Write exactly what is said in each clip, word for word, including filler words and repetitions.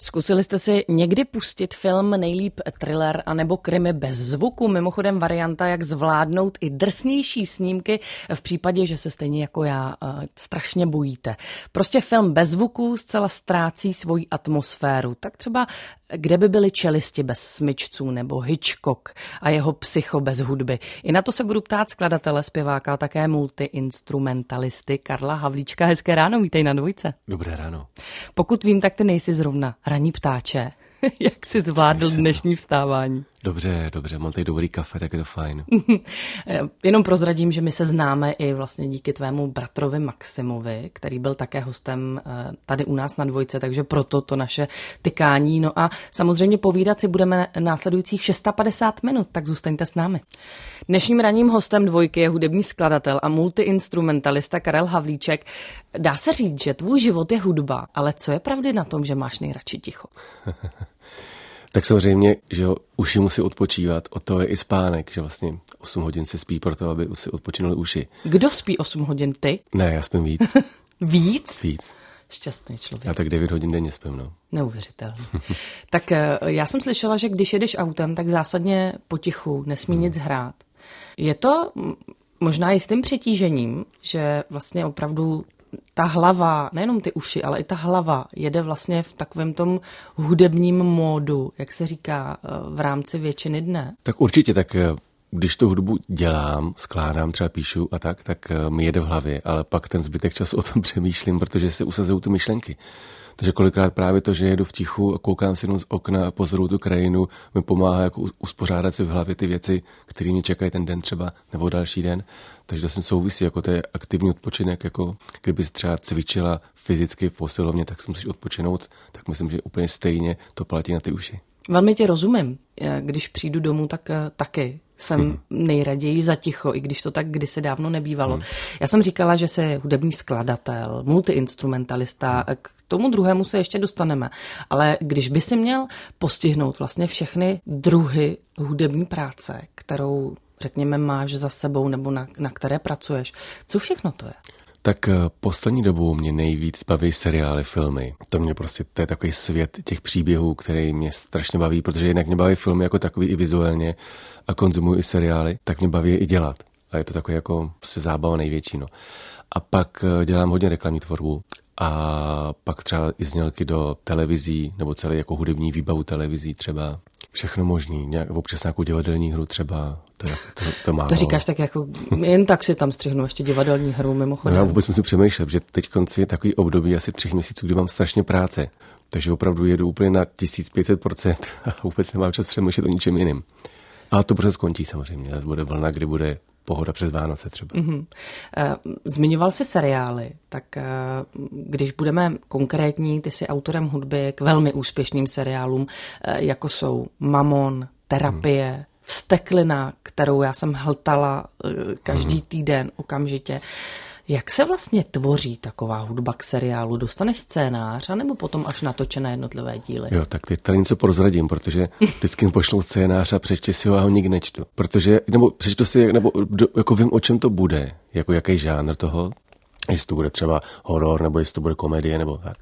Zkusili jste si někdy pustit film, nejlíp thriller anebo krimi bez zvuku? Mimochodem varianta, jak zvládnout i drsnější snímky v případě, že se stejně jako já uh, strašně bojíte. Prostě film bez zvuku zcela ztrácí svoji atmosféru. Tak třeba Kde by byly čelisti bez smyčců nebo Hitchcock a jeho Psycho bez hudby. I na to se budu ptát skladatele, zpěváka a také multiinstrumentalisty Karla Havlíčka. Hezké ráno, vítej na Dvojce. Dobré ráno. Pokud vím, tak ty nejsi zrovna ranní ptáče. Jak jsi zvládl dnešní vstávání? Dobře, dobře, mám tady dobrý kafe, tak je to fajn. Jenom prozradím, že my se známe i vlastně díky tvému bratrovi Maximovi, který byl také hostem tady u nás na Dvojce, takže proto to naše tykání. No a samozřejmě povídat si budeme následujících padesát šest minut, tak zůstaňte s námi. Dnešním ranním hostem Dvojky je hudební skladatel a multiinstrumentalista Karel Havlíček. Dá se říct, že tvůj život je hudba, ale co je pravdy na tom, že máš nejradši ticho? Tak samozřejmě, že jo, uši musí odpočívat, od toho je i spánek, že vlastně osm hodin se spí pro to, aby si odpočinuly uši. Kdo spí osm hodin, ty? Ne, já spím víc. Víc? Víc. Šťastný člověk. Já tak devět hodin denně spím, no. Neuvěřitelný. Tak já jsem slyšela, že když jedeš autem, tak zásadně potichu, nesmí hmm. nic hrát. Je to možná jistým přetížením, že vlastně opravdu ta hlava, nejenom ty uši, ale i ta hlava jede vlastně v takovém tom hudebním módu, jak se říká, v rámci většiny dne. Tak určitě, tak když tu hudbu dělám, skládám, třeba píšu a tak, tak mi jede v hlavě, ale pak ten zbytek času o tom přemýšlím, protože se usazují ty myšlenky. Takže kolikrát právě to, že jedu v tichu a koukám si jenom z okna a pozoruju tu krajinu, mi pomáhá jako uspořádat si v hlavě ty věci, které mě čekají ten den třeba nebo další den. Takže to s tím souvisí, jako to je aktivní odpočinek, jako kdybys třeba cvičila fyzicky v posilovně, tak si musíš odpočinout, tak myslím, že úplně stejně to platí na ty uši. Velmi tě rozumím. Když přijdu domů, tak taky jsem hmm. nejraději za ticho, i když to tak kdysi dávno nebývalo. Hmm. Já jsem říkala, že jsi hudební skladatel, multiinstrumentalista, hmm. k tomu druhému se ještě dostaneme. Ale když by si měl postihnout vlastně všechny druhy hudební práce, kterou, řekněme, máš za sebou nebo na, na které pracuješ, co všechno to je? Tak poslední dobou mě nejvíc baví seriály, filmy. To mě prostě, to je takový svět těch příběhů, který mě strašně baví, protože jinak mě baví filmy jako takový i vizuálně a konzumuji i seriály, tak mě baví je i dělat. A je to takový jako prostě zábava největší, no. A pak dělám hodně reklamní tvorbu a pak třeba i znělky do televizí, nebo celý jako hudební výbavu televizí třeba. Všechno možný, nějak, občas nějakou divadelní hru třeba, to, to, to málo. To říkáš tak jako, jen tak si tam střihnu ještě divadelní hru mimochodem. No já vůbec musím přemýšlet, že teď konci je takový období asi třech měsíců, kdy mám strašně práce, takže opravdu jedu úplně na tisíc pět set procent a vůbec nemám čas přemýšlet o ničem jiným. Ale to brzo skončí samozřejmě, zase bude vlna, kdy bude pohoda přes Vánoce třeba. Mm-hmm. Zmiňoval jsi seriály, tak když budeme konkrétní, ty jsi autorem hudby k velmi úspěšným seriálům, jako jsou Mamon, Terapie, mm. Vzteklina, kterou já jsem hltala každý mm. týden okamžitě. Jak se vlastně tvoří taková hudba k seriálu? Dostaneš scénář, anebo potom až natočené jednotlivé díly? Jo, tak teď tady něco prozradím, protože vždycky mi pošlou scénář a přečti si ho a ho nikdy nečtu. Protože, nebo přečtu si, nebo jako vím, o čem to bude, jako jaký žánr toho, jestli to bude třeba horor, nebo jestli to bude komedie, nebo tak.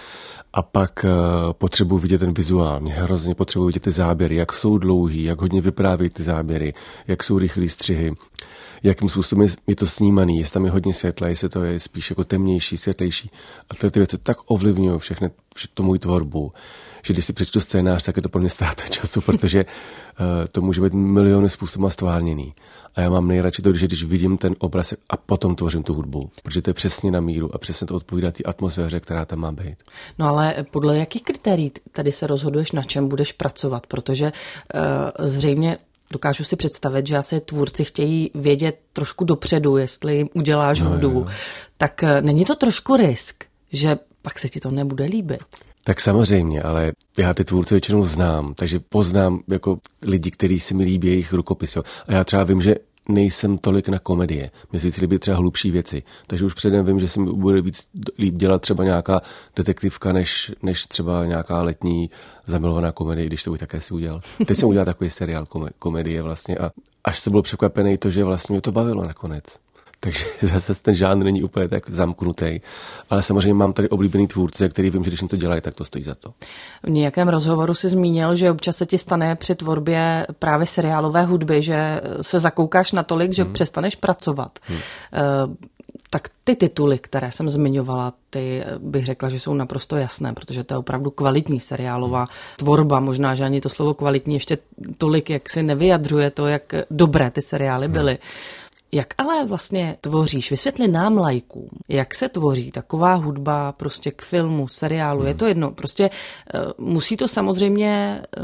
A pak uh, potřebuji vidět ten vizuál. Mě hrozně potřebuji vidět ty záběry, jak jsou dlouhý, jak hodně vyprávějí ty záběry, jak jsou rychlý střihy, jakým způsobem je to snímaný, jestli tam je hodně světla, jestli to je spíš jako temnější, světlejší. A tyhle ty věci tak ovlivňují všechny, všechno můj tvorbu, že když si přečtu scénář, tak je to pro mě ztráta času, protože uh, to může být miliony způsobů stvárněný. A já mám nejradši to, když vidím ten obraz a potom tvořím tu hudbu, protože to je přesně na míru a přesně to odpovídá té atmosféře, která tam má být. No ale podle jakých kritérií tady se rozhoduješ, na čem budeš pracovat, protože uh, zřejmě dokážu si představit, že asi tvůrci chtějí vědět trošku dopředu, jestli jim uděláš no, hudbu, jo. Tak uh, není to trošku risk, že pak se ti to nebude líbit? Tak samozřejmě, ale já ty tvůrce většinou znám, takže poznám jako lidi, kteří si mi líbí jejich rukopisy. A já třeba vím, že nejsem tolik na komedie. Mně se víc líbí třeba hlubší věci. Takže už předem vím, že se mi bude víc líp dělat třeba nějaká detektivka, než, než třeba nějaká letní zamilovaná komedie, když to bych také si udělal. Teď jsem udělal takový seriál komedie vlastně a až se byl překvapený to, že vlastně mě to bavilo nakonec. takže zase ten žánr není úplně tak zamknutý. Ale samozřejmě mám tady oblíbený tvůrce, který vím, že když něco dělají, tak to stojí za to. V nějakém rozhovoru si zmínil, že občas se ti stane při tvorbě právě seriálové hudby, že se zakoukáš natolik, že hmm. přestaneš pracovat. Hmm. Uh, tak ty tituly, které jsem zmiňovala, ty bych řekla, že jsou naprosto jasné, protože to je opravdu kvalitní seriálová tvorba. Možná, že ani to slovo kvalitní ještě tolik, jak si nevyjadřuje to, jak dobré ty seriály byly. Hmm. Jak ale vlastně tvoříš? Vysvětli nám laikům, jak se tvoří taková hudba prostě k filmu, seriálu. Hmm. Je to jedno. Prostě uh, musí to samozřejmě uh,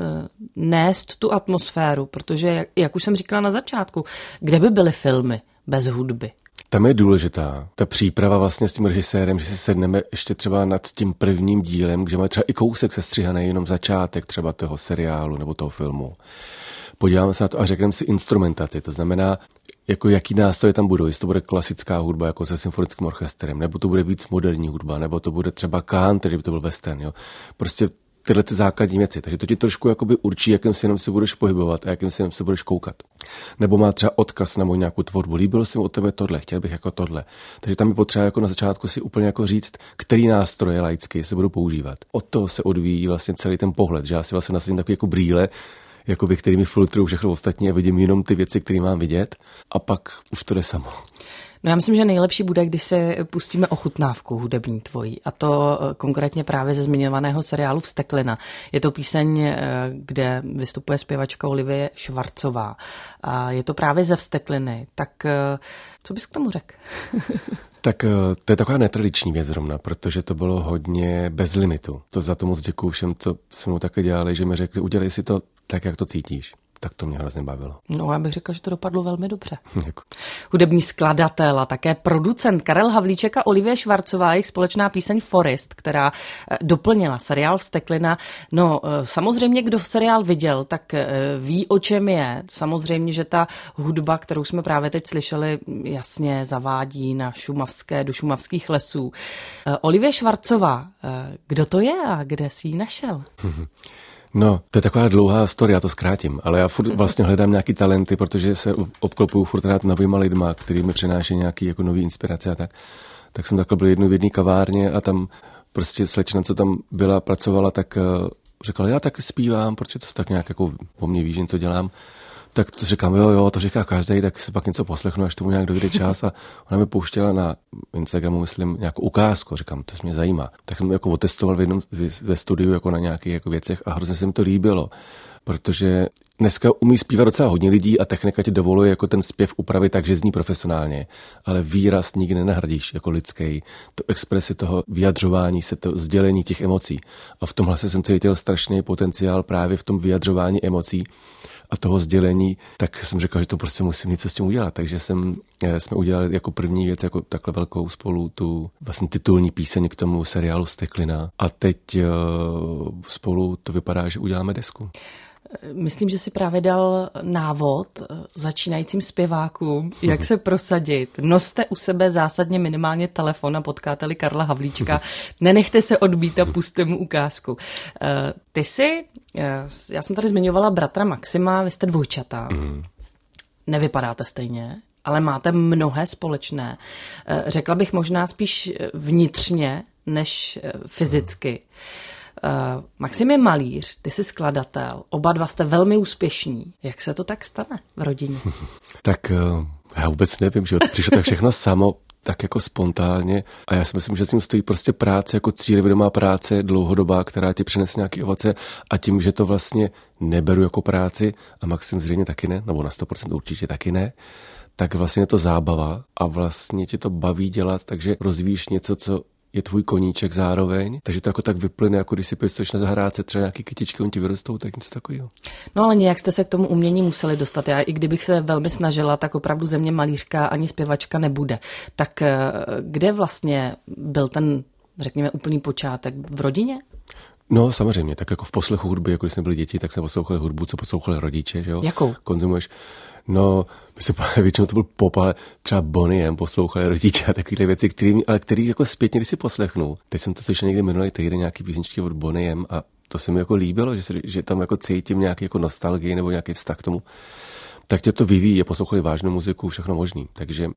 nést tu atmosféru, protože, jak, jak už jsem říkala na začátku, kde by byly filmy bez hudby? Tam je důležitá ta příprava vlastně s tím režisérem, že si sedneme ještě třeba nad tím prvním dílem, kde máme třeba i kousek sestříhaný, jenom začátek třeba toho seriálu nebo toho filmu. Podíváme se na to a řekneme si instrumentaci, to znamená, jako jaký nástroje tam budou, jestli to bude klasická hudba jako se symfonickým orchestrem, nebo to bude víc moderní hudba, nebo to bude třeba country, kdyby to byl western, jo. Prostě tyhle ty základní věci. Takže to ti trošku jakoby určí, jakým směrem se budeš pohybovat a jakým směrem se budeš koukat. Nebo má třeba odkaz na moji nějakou tvorbu. Líbilo se mi od tebe tohle, chtěl bych jako tohle. Takže tam je potřeba jako na začátku si úplně jako říct, který nástroje laicky se budou používat. Od toho se odvíjí vlastně celý ten pohled, že já si vlastně nasadím takový jako brýle, jakoby, kterými filtruju všechno ostatní a vidím jenom ty věci, které mám vidět, a pak už to jde samo. No já myslím, že nejlepší bude, když se pustíme ochutnávku hudební tvojí, a to konkrétně právě ze zmiňovaného seriálu Vzteklina. Je to píseň, kde vystupuje zpěvačka Olivie Švarcová. A je to právě ze Vztekliny. Tak co bys k tomu řekl? Tak to je taková netradiční věc zrovna, protože to bylo hodně bez limitu. To za to moc děkuju všem, co se mnou také dělali, že mi řekli, udělej si to tak, jak to cítíš. Tak to mě hrozně bavilo. No, já bych řekla, že to dopadlo velmi dobře. Děkuji. Hudební skladatel a také producent Karel Havlíček a Olivie Švarcová, jejich společná píseň Forest, která doplnila seriál Vzteklina. No, samozřejmě, kdo seriál viděl, tak ví, o čem je. Samozřejmě, že ta hudba, kterou jsme právě teď slyšeli, jasně zavádí na šumavské, do šumavských lesů. Olivie Švarcová, kdo to je a kde jsi ji našel? No, to je taková dlouhá story, já to zkrátím, ale já furt vlastně hledám nějaký talenty, protože se obklopuju furt rád novýma lidma, který mi přináší nějaký jako nový inspirace a tak. Tak jsem takhle byl jednou v jedné kavárně a tam prostě slečna, co tam byla, pracovala, tak uh, řekla, já taky zpívám, protože to tak nějak jako po mně ví, že něco dělám. Tak to říkám, jo, jo, to říká každý, tak si pak něco poslechnu, až tomu nějak dojde čas, a ona mi pouštěla na Instagramu, myslím, nějakou ukázku, říkám, to mě zajímá. Tak jsem jako otestoval v jednom, ve studiu jako na nějakých jako věcech a hrozně se mi to líbilo, protože dneska umí zpívat docela hodně lidí a technika ti dovoluje jako ten zpěv upravit tak, že zní profesionálně, ale výraz nikdy nenahradíš jako lidský, to expresi toho vyjadřování se, to sdělení těch emocí. A v tomhle jsem cítil strašný potenciál právě v tom vyjadřování emocí a toho sdělení, tak jsem řekl, že to prostě musím něco s tím udělat. Takže jsem, jsme udělali jako první věc, jako takhle velkou spolu tu vlastně titulní píseň k tomu seriálu Vzteklina. A teď spolu to vypadá, že uděláme desku. Myslím, že si právě dal návod začínajícím zpěvákům, jak se prosadit. Noste u sebe zásadně minimálně telefon a potkáte-li Karla Havlíčka. Nenechte se odbít a pusťte mu ukázku. Ty jsi, já jsem tady zmiňovala bratra Maxima, vy jste dvojčata. Nevypadáte stejně, ale máte mnohé společné. Řekla bych možná spíš vnitřně, než fyzicky. Uh, Maxim je malíř, ty jsi skladatel, oba dva jste velmi úspěšní. Jak se to tak stane v rodině? Tak uh, já vůbec nevím, že přišlo tak všechno samo, tak jako spontánně, a já si myslím, že tím stojí prostě práce, jako cílevědomá práce, dlouhodobá, která ti přinese nějaké ovoce, a tím, že to vlastně neberu jako práci, a Maxim zřejmě taky ne, nebo na sto procent určitě taky ne, tak vlastně je to zábava a vlastně ti to baví dělat, takže rozvíjíš něco, co je tvůj koníček zároveň, takže to jako tak vyplyne, jako když si pěstuješ na zahrádce třeba nějaký kytičky, on ti vyrostou, tak něco takového. No ale nějak jste se k tomu umění museli dostat. Já i kdybych se velmi snažila, tak opravdu ze mě malířka ani zpěvačka nebude. Tak kde vlastně byl ten, řekněme, úplný počátek? V rodině? No samozřejmě, tak jako v poslechu hudby, jako když jsme byli děti, tak jsme poslouchali hudbu, co poslouchali rodiče, že jo? Jakou? Konzumuješ. No, my se většinou to byl pop, ale třeba Bonnie M poslouchali rodiče a takovéhle věci, který, ale který jako zpětně, když si poslechnu. Teď jsem to slyšel někdy minulý týden, nějaký písničky od Bonnie M, a to se mi jako líbilo, že, se, že tam jako cítím nějaký jako nostalgii nebo nějaký vztah k tomu. Tak tě to vyvíjí, poslouchali vážnou muziku, všechno možný. Takže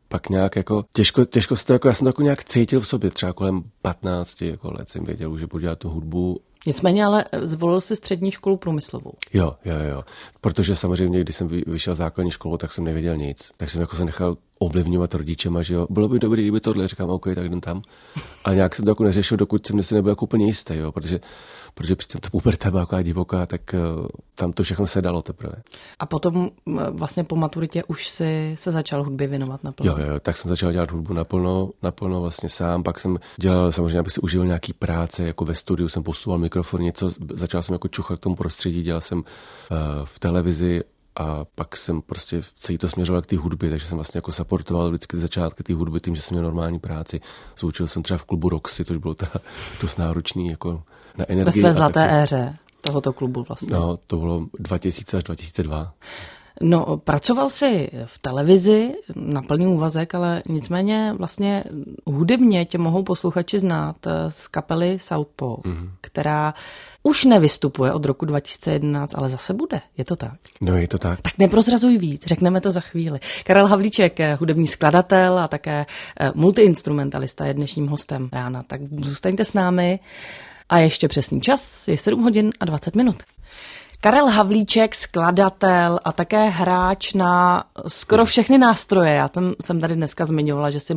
pak nějak jako těžko, těžko se to jako, já jsem to jako nějak cítil v sobě, třeba kolem patnácti jako let jsem věděl, že budu dělat tu hudbu. Nicméně ale zvolil si střední školu průmyslovou. Jo, jo, jo. Protože samozřejmě, když jsem vyšel základní školu, tak jsem nevěděl nic. Tak jsem jako se nechal ovlivňovat rodičema, že jo. Bylo by dobré, kdyby tohle, říkám, OK, tak jdem tam. A nějak jsem to jako neřešil, dokud jsem si nebyl jako úplně jistý, jo, protože protože přece ta puberta byla taková divoká, tak uh, tam to všechno se dalo teprve. A potom vlastně po maturitě už si se začal hudbě věnovat naplno. Jo, jo, tak jsem začal dělat hudbu naplno, naplno vlastně sám, pak jsem dělal samozřejmě, abych si užil nějaký práce, jako ve studiu jsem posouval mikrofon, něco, začal jsem jako čuchat k tomu prostředí, dělal jsem uh, v televizi a pak jsem prostě celý to směřoval k té hudbě, takže jsem vlastně jako supportoval vždycky začátky té hudby tím, že jsem měl normální práci. Zvučil jsem třeba v klubu Roxy, což bylo teda dost náročný jako na energii. Ve své zlaté taky éře tohoto klubu vlastně. No, to bylo dva tisíce až dva tisíce dva. No, pracoval jsi v televizi na plný úvazek, ale nicméně vlastně hudebně tě mohou posluchači znát z kapely Southpaw, mm-hmm. která už nevystupuje od roku dva tisíce jedenáct, ale zase bude. Je to tak? No, je to tak. Tak neprozrazuj víc, řekneme to za chvíli. Karel Havlíček, hudební skladatel a také multiinstrumentalista, je dnešním hostem rána. Tak zůstaňte s námi. A ještě přesný čas je sedm hodin a dvacet minut. Karel Havlíček, skladatel a také hráč na skoro všechny nástroje. Já tam jsem tady dneska zmiňovala, že jsi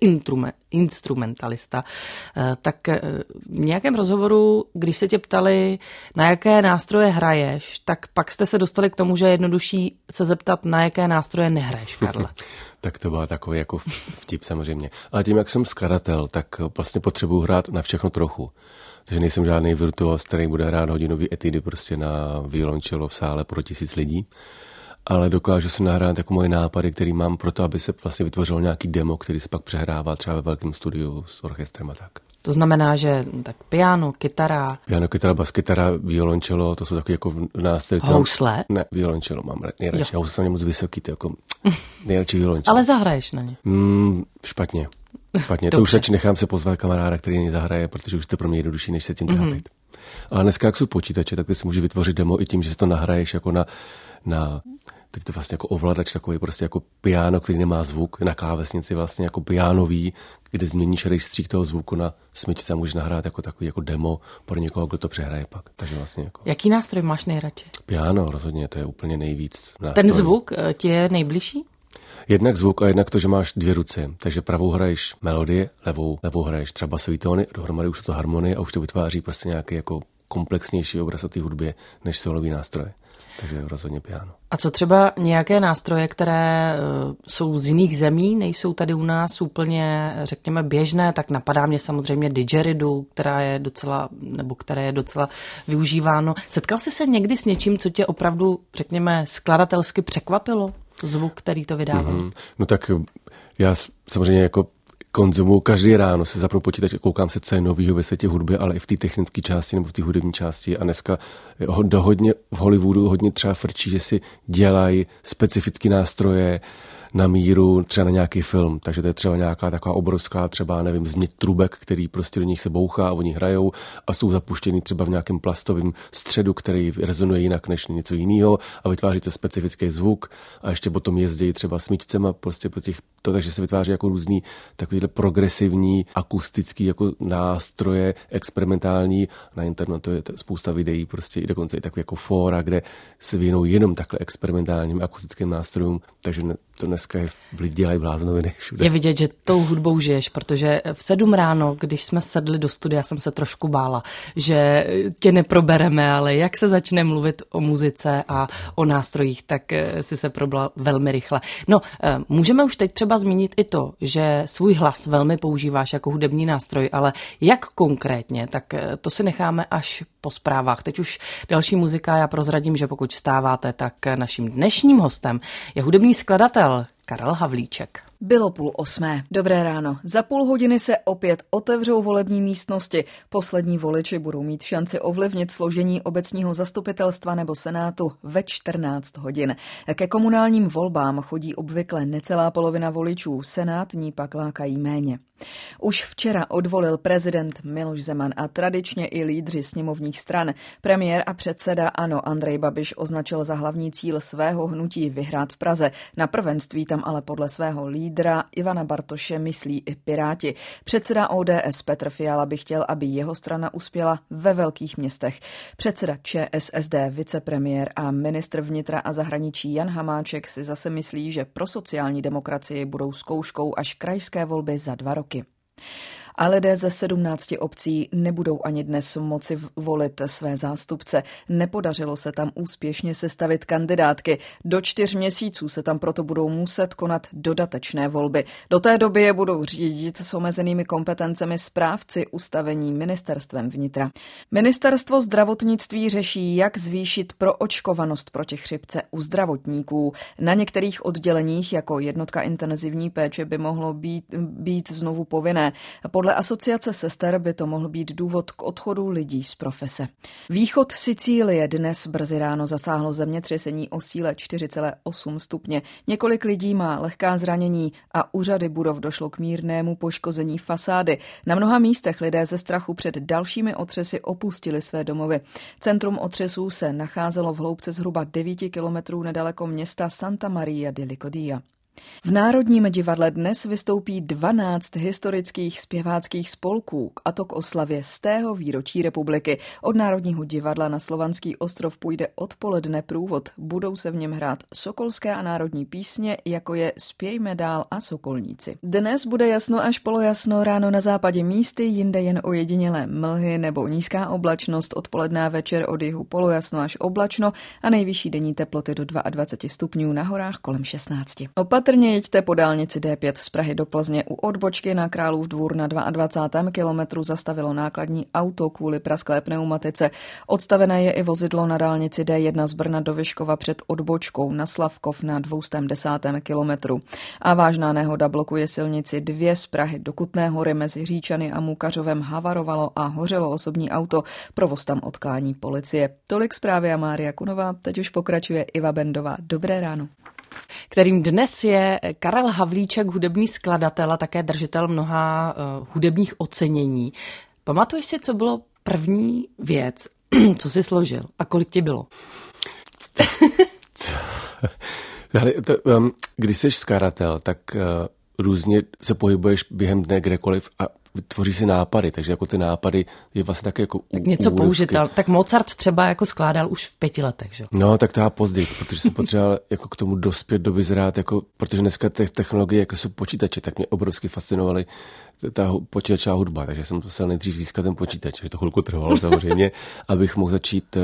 multi-instrumentalista. Tak v nějakém rozhovoru, když se tě ptali, na jaké nástroje hraješ, tak pak jste se dostali k tomu, že je jednodušší se zeptat, na jaké nástroje nehraješ, Karle. Tak to byla takový jako vtip samozřejmě. Ale tím, jak jsem skladatel, tak vlastně potřebuji hrát na všechno trochu. Takže nejsem žádný virtuos, který bude hrát hodinový etudy prostě na violoncello v sále pro tisíc lidí, ale dokážu si nahrát jako moje nápady, který mám pro to, aby se vlastně vytvořilo nějaký demo, který se pak přehrává třeba ve velkém studiu s orchestrem a tak. To znamená, že tak piano, kytara... Piano, kytara, bas, kytara, violoncello, to jsou taky jako nástroje. Housle? Ne, violoncello mám nejradši. Housle jsou moc vysoký, to jako nejradši violoncello. Ale zahraješ na ně? Mm, špatně. Špatně. To už radši nechám se pozvat kamaráda, který mě zahraje, protože už to pro mě jednodušší, než se tím trápit. Mm-hmm. Ale dneska, jak jsou počítače, tak ty si můžeš vytvořit demo i tím, že si to nahraješ jako na, na teď to vlastně jako ovladač, takový prostě jako piano, který nemá zvuk, na klávesnici vlastně jako pianový, kde změníš rejstřík toho zvuku na smyčce a můžeš nahrát jako takový jako demo pro někoho, kdo to přehraje pak. Takže vlastně jako... Jaký nástroj máš nejradši? Piano, rozhodně, to je úplně nejvíc nástroj. Ten zvuk ti je nejbližší? Jednak zvuk a jednak to, že máš dvě ruce. Takže pravou hraješ melodie, levou, levou hraješ třeba basový tóny, dohromady už to harmonie a už to vytváří prostě nějaký jako komplexnější obraz o té hudbě než solový nástroje. Takže rozhodně piano. A co třeba nějaké nástroje, které uh, jsou z jiných zemí, nejsou tady u nás úplně, řekněme, běžné, tak napadá mě samozřejmě didgeridoo, která je docela, nebo které je docela využíváno. Setkal jsi se někdy s něčím, co tě opravdu, řekněme, skladatelsky překvapilo? Zvuk, který to vydával? Mm-hmm. No tak já samozřejmě jako konzumuju každý ráno, se zapnu počítač a koukám se, co je novýho ve světě hudby, ale i v té technické části nebo v té hudební části. A dneska do hodně v Hollywoodu hodně třeba frčí, že si dělají specifické nástroje na míru třeba na nějaký film. Takže to je třeba nějaká taková obrovská třeba, nevím, změť trubek, který prostě do nich se bouchá a oni hrajou a jsou zapuštěni třeba v nějakém plastovém středu, který rezonuje jinak než něco jiného a vytváří to specifický zvuk a ještě potom jezdí třeba smyčcema prostě po těch, to, takže se vytváří jako různý takovýhle progresivní akustický jako nástroje, experimentální. Na internetu je spousta videí, prostě i dokonce i takové jako fóra, kde se věnou jenom takhle experimentálním akustickým nástrojům, takže to dneska je, lidi dělají bláznoviny všude. Je vidět, že tou hudbou žiješ, protože v sedm ráno, když jsme sedli do studia, jsem se trošku bála, že tě neprobereme, ale jak se začne mluvit o muzice a o nástrojích, tak si se probral velmi rychle. No, můžeme už teď třeba zmínit i to, že svůj hlas velmi používáš jako hudební nástroj, ale jak konkrétně, tak to si necháme až po zprávách. Teď už další muzika, já prozradím, že pokud vstáváte, tak naším dnešním hostem je hudební skladatel Karel Havlíček. Bylo půl osmé. Dobré ráno. Za půl hodiny se opět otevřou volební místnosti. Poslední voliči budou mít šanci ovlivnit složení obecního zastupitelstva nebo senátu ve čtrnáct hodin. Ke komunálním volbám chodí obvykle necelá polovina voličů, senátní pak lákají méně. Už včera odvolil prezident Miloš Zeman a tradičně i lídři sněmovních stran. Premiér a předseda ANO Andrej Babiš označil za hlavní cíl svého hnutí vyhrát v Praze. Na prvenství tam ale podle svého lídra Ivana Bartoše myslí i Piráti. Předseda O D S Petr Fiala by chtěl, aby jeho strana uspěla ve velkých městech. Předseda Č S S D, vicepremiér a ministr vnitra a zahraničí Jan Hamáček si zase myslí, že pro sociální demokracii budou zkouškou až krajské volby za dva roky. A lidé ze sedmnácti obcí nebudou ani dnes moci volit své zástupce. Nepodařilo se tam úspěšně sestavit kandidátky. Do čtyř měsíců se tam proto budou muset konat dodatečné volby. Do té doby je budou řídit s omezenými kompetencemi správci ustavení ministerstvem vnitra. Ministerstvo zdravotnictví řeší, jak zvýšit proočkovanost proti chřipce u zdravotníků. Na některých odděleních jako jednotka intenzivní péče by mohlo být, být znovu povinné. Podle asociace sester by to mohl být důvod k odchodu lidí z profese. Východ Sicílie dnes brzy ráno zasáhlo zemětřesení o síle čtyři celé osm stupně. Několik lidí má lehká zranění a u řady budov došlo k mírnému poškození fasády. Na mnoha místech lidé ze strachu před dalšími otřesy opustili své domovy. Centrum otřesů se nacházelo v hloubce zhruba devět kilometrů nedaleko města Santa Maria di Licodia. V Národním divadle dnes vystoupí dvanáct historických zpěváckých spolků, a to k oslavě stého výročí republiky. Od Národního divadla na Slovanský ostrov půjde odpoledne průvod. Budou se v něm hrát sokolské a národní písně, jako je Zpějme dál a Sokolníci. Dnes bude jasno až polojasno, ráno na západě místy, jinde jen ojedinělé mlhy nebo nízká oblačnost, odpoledne a večer od jihu polojasno až oblačno a nejvyšší denní teploty do dvacet dva stupňů, na horách kolem šestnáct. Opatrně jeďte po dálnici D pět z Prahy do Plzně. U odbočky na Králův Dvůr na dvacátém druhém kilometru zastavilo nákladní auto kvůli prasklé pneumatice. Odstavené je i vozidlo na dálnici D jedna z Brna do Vyškova před odbočkou na Slavkov na dvě stě desátém kilometru. A vážná nehoda blokuje silnici dvě z Prahy do Kutné Hory mezi Říčany a Mukařovem. Havarovalo a hořelo osobní auto. Provoz tam odklání policie. Tolik zprávy a Mária Kunová. Teď už pokračuje Iva Bendová. Dobré ráno. Kterým dnes je Karel Havlíček, hudební skladatel a také držitel mnoha uh, hudebních ocenění. Pamatuješ si, co bylo první věc, co jsi složil a kolik ti bylo? Když jsi skladatel, tak uh, různě se pohybuješ během dne kdekoliv a tvoří si nápady, takže jako ty nápady je vlastně tak jako tak něco použitel. Tak Mozart třeba jako skládal už v pěti letech, že? No, tak to já později, protože jsem potřeboval jako k tomu dospět, dovyzrát, jako, protože dneska těch technologie jako jsou počítače, tak mě obrovsky fascinovaly ta počítačová hudba, takže jsem musel nejdřív získat ten počítač, že to chvilku trvalo samozřejmě, abych mohl začít uh,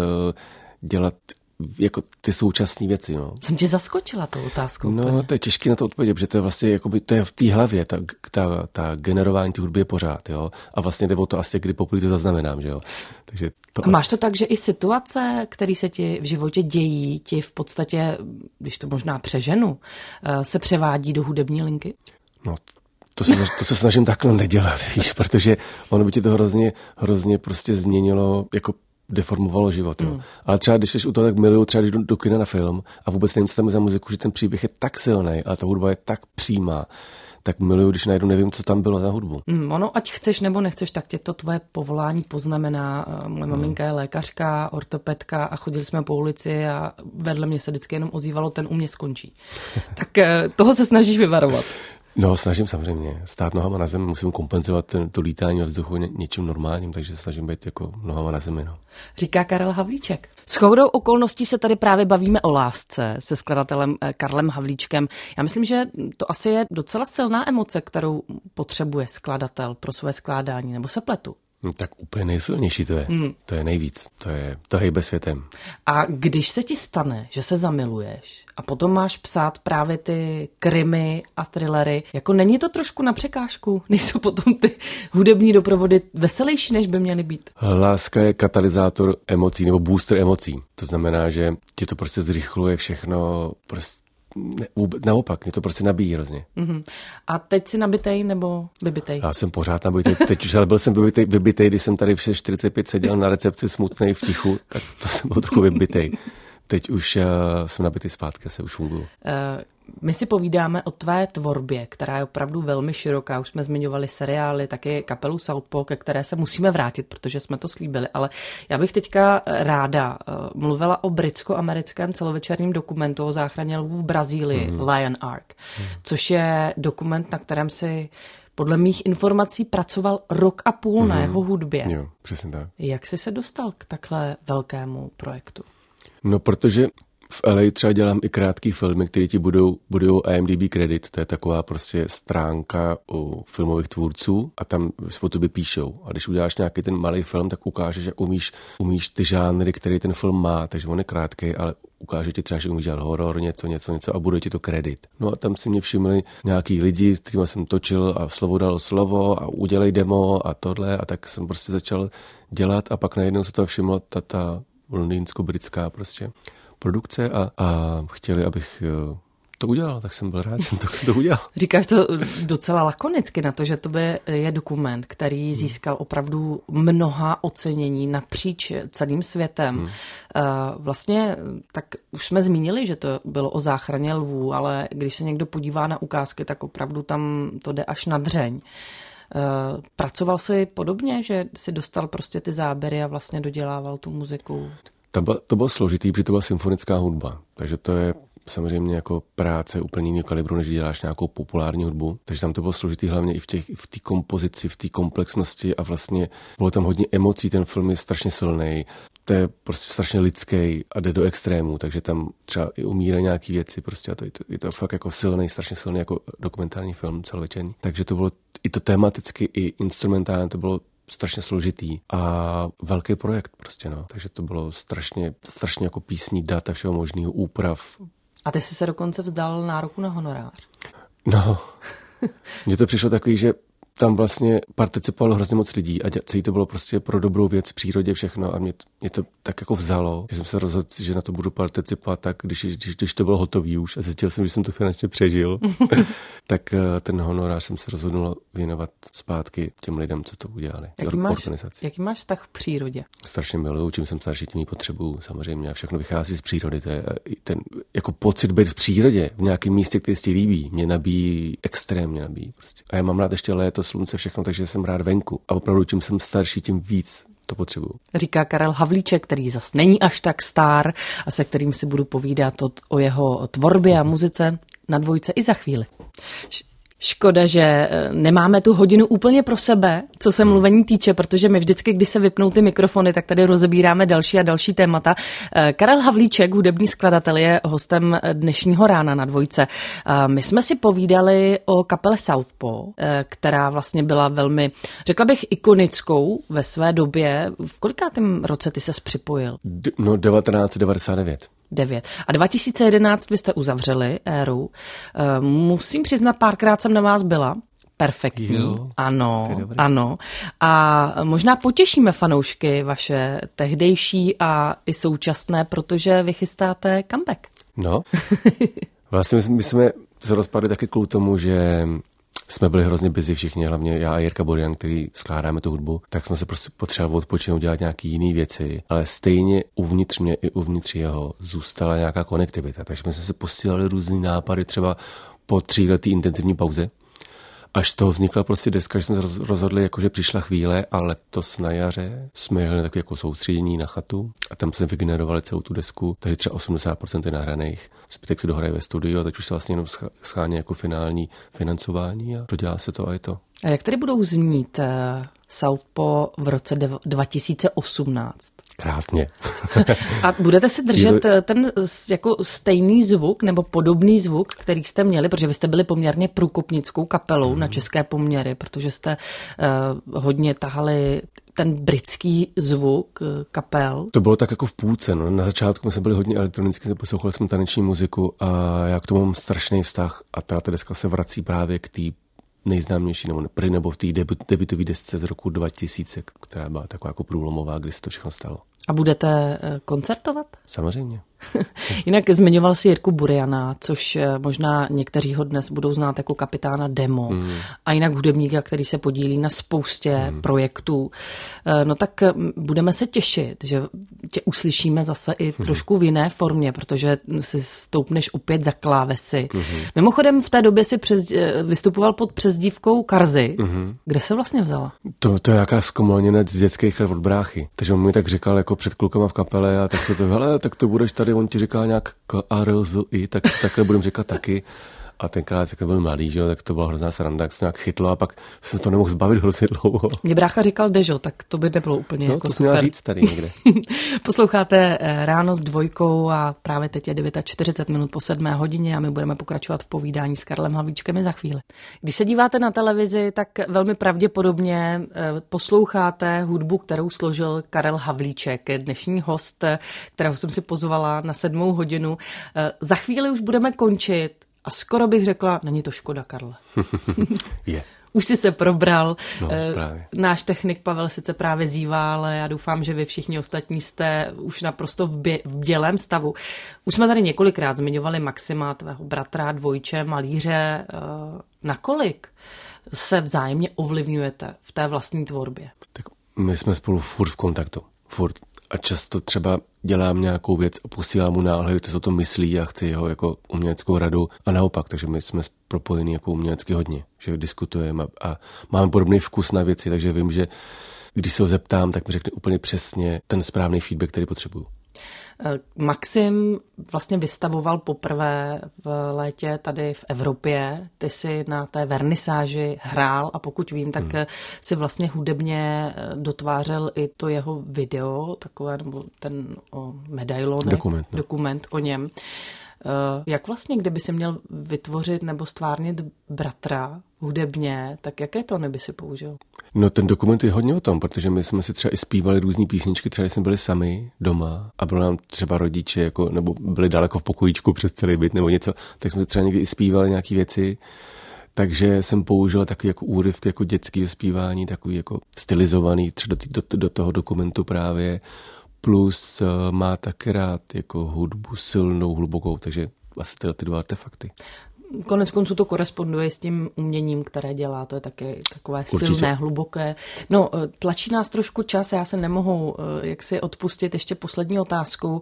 dělat jako ty současné věci. No. Jsem tě zaskočila tou otázkou. No, úplně. To je těžké na to odpovědět, protože to je vlastně jakoby, to je v té hlavě, ta, ta, ta generování té hudby je pořád, jo. A vlastně jde o to asi, kdy poprvé to zaznamenám, že jo. Takže to a máš asi... to tak, že i situace, které se ti v životě dějí, ti v podstatě, když to možná přeženu, se převádí do hudební linky? No, to se, to se snažím takhle nedělat, víš, protože ono by ti to hrozně, hrozně prostě změnilo, jako deformovalo život, jo. Mm. Ale třeba, když jsi u toho, tak miluju, třeba když jdu do kina na film a vůbec nevím, co tam je za muziku, že ten příběh je tak silný a ta hudba je tak přímá, tak miluju, když najednou nevím, co tam bylo za hudbu. Mm, ono, ať chceš nebo nechceš, tak tě to tvoje povolání poznamená. Moje mm. maminka je lékařka, ortopedka a chodili jsme po ulici a vedle mě se vždycky jenom ozývalo, ten u mě skončí. Tak toho se snažíš vyvarovat. No, snažím samozřejmě. Stát nohama na zemi, musím kompenzovat ten, to lítání ve vzduchu ně, něčím normálním, takže snažím být jako nohama na zemi. No. Říká Karel Havlíček. S shodou okolností se tady právě bavíme o lásce se skladatelem Karlem Havlíčkem. Já myslím, že to asi je docela silná emoce, kterou potřebuje skladatel pro své skládání, nebo se pletu? Tak úplně nejsilnější to je. Hmm. To je nejvíc. To je, to hejbe světem. A když se ti stane, že se zamiluješ a potom máš psát právě ty krimi a thrillery, jako není to trošku na překážku? Nejsou potom ty hudební doprovody veselější, než by měly být? Láska je katalyzátor emocí nebo booster emocí. To znamená, že ti to prostě zrychluje všechno, prostě Ne, vůbec, naopak, mě to prostě nabíjí hrozně. Mm-hmm. A teď jsi nabitej nebo vybitej? Já jsem pořád nabitej, teď už, ale byl jsem vybitej, vybitej, když jsem tady v šest čtyřicet pět seděl na recepci smutnej v tichu, tak to jsem byl trochu vybitej. Teď už uh, jsem nabitej zpátky, se už funguju. Uh, My si povídáme o tvé tvorbě, která je opravdu velmi široká. Už jsme zmiňovali seriály, taky kapelu Southpaw, ke které se musíme vrátit, protože jsme to slíbili. Ale já bych teďka ráda mluvila o britsko-americkém celovečerním dokumentu o záchraně lvů v Brazílii, mm-hmm. Lion Ark, mm-hmm. což je dokument, na kterém si podle mých informací pracoval rok a půl mm-hmm. na jeho hudbě. Jo, přesně tak. Jak jsi se dostal k takhle velkému projektu? No, protože v L A třeba dělám i krátký filmy, které ti budou, budou I M D B kredit, to je taková prostě stránka u filmových tvůrců a tam o tobě píšou. A když uděláš nějaký ten malý film, tak ukážeš, že umíš, umíš ty žánry, který ten film má, takže on je krátký, ale ukáže ti třeba, že umíš dělat horor, něco, něco, něco a bude ti to kredit. No a tam si mě všimli nějaký lidi, s kterými jsem točil a slovo dalo slovo a udělej demo a tohle a tak jsem prostě začal dělat a pak najednou se to všimlo ta, ta londýnsko-britská prostě produkce a, a chtěli, abych to udělal, tak jsem byl rád, že jsem to, to udělal. Říkáš to docela lakonicky na to, že to by je dokument, který získal opravdu mnoha ocenění napříč celým světem. Hmm. Vlastně, tak už jsme zmínili, že to bylo o záchraně lvů, ale když se někdo podívá na ukázky, tak opravdu tam to jde až na dřeň. Pracoval jsi podobně, že si dostal prostě ty záběry a vlastně dodělával tu muziku? Tam bylo, to bylo složitý, protože to byla symfonická hudba, takže to je samozřejmě jako práce úplně jiného kalibru, než děláš nějakou populární hudbu. Takže tam to bylo složitý hlavně i v těch, v té kompozici, v té komplexnosti a vlastně bylo tam hodně emocí, ten film je strašně silný. To je prostě strašně lidský a jde do extrému, takže tam třeba i umírají nějaký věci prostě a to je, to je to fakt jako silný, strašně silný jako dokumentární film celovečerní. Takže to bylo i to tematicky, i instrumentálně, to bylo strašně složitý a velký projekt prostě, no. Takže to bylo strašně, strašně jako písní, dat a všeho možného, úprav. A ty jsi se dokonce vzdal nároku na honorář. No, mně to přišlo takový, že tam vlastně participovalo hrozně moc lidí a celý to bylo prostě pro dobrou věc v přírodě všechno a mě to, mě to tak jako vzalo, že jsem se rozhodl, že na to budu participovat tak, když, když, když to bylo hotový už a zjistil jsem, že jsem to finančně přežil, tak ten honorář jsem se rozhodnul věnovat zpátky těm lidem, co to udělali. Jaký máš, jaký máš vztah v přírodě? Strašně miluju, čím jsem starší, tím ji potřebuju samozřejmě a všechno vychází z přírody. To je ten jako pocit být v přírodě, v nějakém místě, který si líbí, mě nabíjí, extrémně nabíjí prostě. A já mám rád ještě léto, slunce, všechno, takže jsem rád venku. A opravdu, čím jsem starší, tím víc to potřebuju. Říká Karel Havlíček, který zas není až tak star a se kterým si budu povídat o, o jeho tvorbě a muzice na Dvojce i za chvíli. Škoda, že nemáme tu hodinu úplně pro sebe, co se mluvení týče, protože my vždycky, když se vypnou ty mikrofony, tak tady rozebíráme další a další témata. Karel Havlíček, hudební skladatel, je hostem dnešního rána na Dvojce. My jsme si povídali o kapele Southpaw, která vlastně byla velmi, řekla bych, ikonickou ve své době. V kolikátém roce ty ses připojil? D- no devatenáct set devadesát devět. devět. A dva tisíce jedenáct vy jste uzavřeli éru. Musím přiznat, párkrát jsem na vás byla. Perfektní. Jo, ano, ano. A možná potěšíme fanoušky vaše tehdejší a i současné, protože vy chystáte comeback. No, vlastně my, my jsme se rozpadli taky kvůli tomu, že jsme byli hrozně busy všichni, hlavně já a Jirka Borian, který skládáme tu hudbu, tak jsme se prostě potřebovali odpočinout, dělat nějaký jiný věci, ale stejně uvnitř mě i uvnitř jeho zůstala nějaká konektivita, takže my jsme se posílali různý nápady třeba po tříletý intenzivní pauze. Až z toho vznikla prostě deska, že jsme se rozhodli, jakože přišla chvíle a letos na jaře jsme jeli na takové jako soustředění na chatu a tam jsme vygenerovali celou tu desku, tady třeba osmdesát procent je nahraných, zbytek se dohraje ve studiu a teď už se vlastně jenom schání jako finální financování a dodělá se to a je to. A jak tady budou znít uh, Southpaw v roce dva tisíce osmnáct? Krásně. A budete si držet ten jako stejný zvuk nebo podobný zvuk, který jste měli, protože vy jste byli poměrně průkopnickou kapelou mm. na české poměry, protože jste uh, hodně tahali ten britský zvuk kapel. To bylo tak jako v půlce. No. Na začátku jsme byli hodně elektronicky, poslouchali jsme taneční muziku a já k tomu mám strašný vztah a ta deska se vrací právě k té nejznámější, nebo, nebo v té debut, debutové desce z roku dva tisíce, která byla taková jako průlomová, kdy se to všechno stalo. A budete koncertovat? Samozřejmě. Jinak zmiňoval si Jirku Buriana, což možná někteří ho dnes budou znát jako kapitána Demo mm. a jinak hudebníka, který se podílí na spoustě mm. projektů. No tak budeme se těšit, že tě uslyšíme zase i trošku v jiné formě, protože si stoupneš opět za klávesy. Mm. Mimochodem v té době si přes, vystupoval pod přezdívkou Karzy. Mm. Kde se vlastně vzala? To, to je jaká zkomolněnec z dětských let od bráchy. Takže on mi tak říkal jako před klukama v kapele a tak se to, hele, tak to budeš tady, on ti říká nějak K A R Z I, tak takhle budem říkat taky. A tenkrát, jak to byl malý, že jo, tak to byla hrozná sranda, jak se to nějak chytlo a pak jsem to nemohl zbavit hrozně dlouho. Mě brácha říkal Dežo, tak to by nebylo úplně no, jako to super. No, to říct tady někde. Posloucháte Ráno s dvojkou a právě teď je čtyřicet devět minut po sedmé hodině a my budeme pokračovat v povídání s Karlem Havlíčkem i za chvíli. Když se díváte na televizi, tak velmi pravděpodobně posloucháte hudbu, kterou složil Karel Havlíček, dnešní host, kterého jsem si pozvala na sedmou hodinu. Za chvíli už budeme končit. A skoro bych řekla, není to škoda, Karle. Je. Už jsi se probral. No, právě. Náš technik Pavel sice právě zívá, ale já doufám, že vy všichni ostatní jste už naprosto v, bě- v bělém stavu. Už jsme tady několikrát zmiňovali Maxima, tvého bratra, dvojče, malíře. Nakolik se vzájemně ovlivňujete v té vlastní tvorbě? Tak my jsme spolu furt v kontaktu. Furt. A často třeba dělám nějakou věc a posílám mu náhled, co o tom myslí a chci jeho jako uměleckou radu a naopak, takže my jsme propojení jako umělecky hodně, že diskutujeme a, a máme podobný vkus na věci, takže vím, že když se ho zeptám, tak mi řekne úplně přesně ten správný feedback, který potřebuju. Maxim vlastně vystavoval poprvé v létě tady v Evropě. Ty si na té vernisáži hrál a pokud vím, tak hmm. si vlastně hudebně dotvářel i to jeho video, takové, nebo ten o medailonek, dokument, no. dokument o něm. Jak vlastně, kdyby si měl vytvořit nebo stvárnit bratra hudebně, tak jaké tóny by si použil? No ten dokument je hodně o tom, protože my jsme si třeba i zpívali různý písničky, třeba jsme byli sami doma a bylo nám třeba rodiče, jako, nebo byli daleko v pokojíčku přes celý byt nebo něco, tak jsme třeba někdy i zpívali nějaké věci. Takže jsem použil takový jako úryvky jako dětského zpívání, takový jako stylizovaný třeba do, do, do toho dokumentu právě. Plus uh, má taky rád jako hudbu silnou, hlubokou, takže asi tyhle ty dva artefakty. Konec konců to koresponduje s tím uměním, které dělá, to je taky takové Určitě. Silné, hluboké. No, tlačí nás trošku čas, já se nemohu jak si odpustit ještě poslední otázku.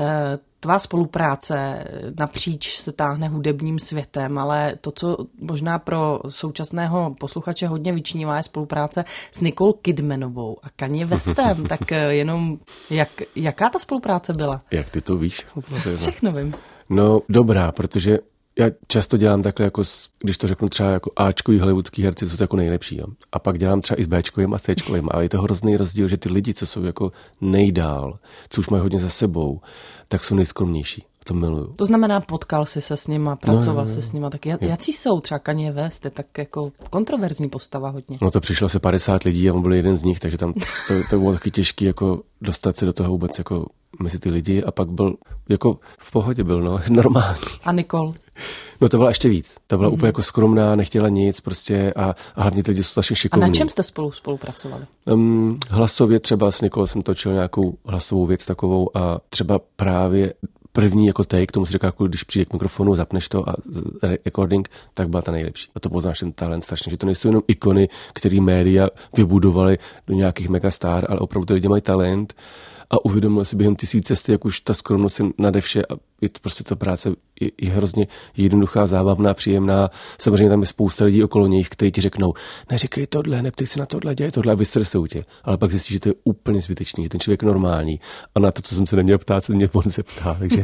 Tvá spolupráce napříč se táhne hudebním světem, ale to, co možná pro současného posluchače hodně vyčnívá, je spolupráce s Nicole Kidmanovou a Kanye Westem. Tak jenom, jak, jaká ta spolupráce byla? Jak ty to víš? Všechno vím. No dobrá, protože já často dělám takhle, jako, když to řeknu třeba jako Ačkový hollywoodský herci, jsou to jako nejlepší. Jo? A pak dělám třeba i s Bčkovým a Cčkovým. A je to hrozný rozdíl, že ty lidi, co jsou jako nejdál, co už mají hodně za sebou, tak jsou nejskromnější. To miluju. To znamená, potkal jsi se s nima, pracoval no, se s nima. Tak jací jsou třeba Kanye West? Je tak jako kontroverzní postava hodně. No to přišlo se padesát lidí a on byl jeden z nich, takže tam to, to bylo taky těžké jako dostat se do toho vůbec jako mezi ty lidi a pak byl jako v pohodě byl, no, normální. A Nicole? No to byla ještě víc. Ta byla mm-hmm. úplně jako skromná, nechtěla nic prostě a, a hlavně ty lidi jsou strašně šikovní. A na čem jste spolu spolupracovali? Um, hlasově třeba s Nicole jsem točil nějakou hlasovou věc takovou a třeba právě první jako take, tomu si říká, jako když přijde k mikrofonu, zapneš to a recording, tak byla ta nejlepší. A to poznáš ten talent strašně, že to nejsou jenom ikony, který média vybudovaly do nějakých megastar, ale opravdu ty lidi mají talent a uvědomil si během ty svý cesty, jak už ta skromnost si nade vše a je to prostě ta práce je, je hrozně jednoduchá, zábavná, příjemná. Samozřejmě tam je spousta lidí okolo nich, kteří ti řeknou, neříkej tohle, neptej si na tohle, dělej tohle a vystresujou tě. Ale pak zjistíš, že to je úplně zbytečný, že ten člověk je normální. A na to, co jsem se neměl ptát, se mě on zeptá. Takže...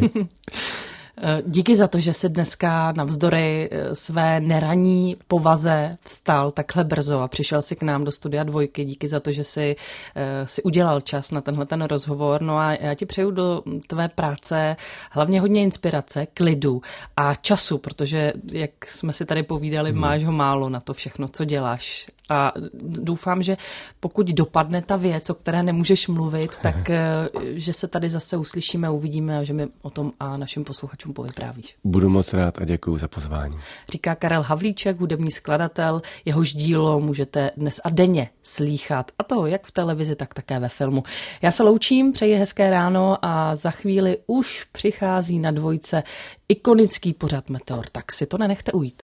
Díky za to, že jsi dneska navzdory své neranní povaze vstal takhle brzo a přišel si k nám do studia Dvojky. Díky za to, že jsi si udělal čas na tenhle ten rozhovor. No a já ti přeju do tvé práce hlavně hodně inspirace, klidu a času, protože jak jsme si tady povídali, hmm. máš ho málo na to všechno, co děláš. A doufám, že pokud dopadne ta věc, o které nemůžeš mluvit, tak že se tady zase uslyšíme, uvidíme a že mi o tom a našim posluchačům povyprávíš. Budu moc rád a děkuji za pozvání. Říká Karel Havlíček, hudební skladatel. Jehož dílo můžete dnes a denně slýchat. A to jak v televizi, tak také ve filmu. Já se loučím, přeji hezké ráno a za chvíli už přichází na Dvojce ikonický pořad Meteor. Tak si to nenechte ujít.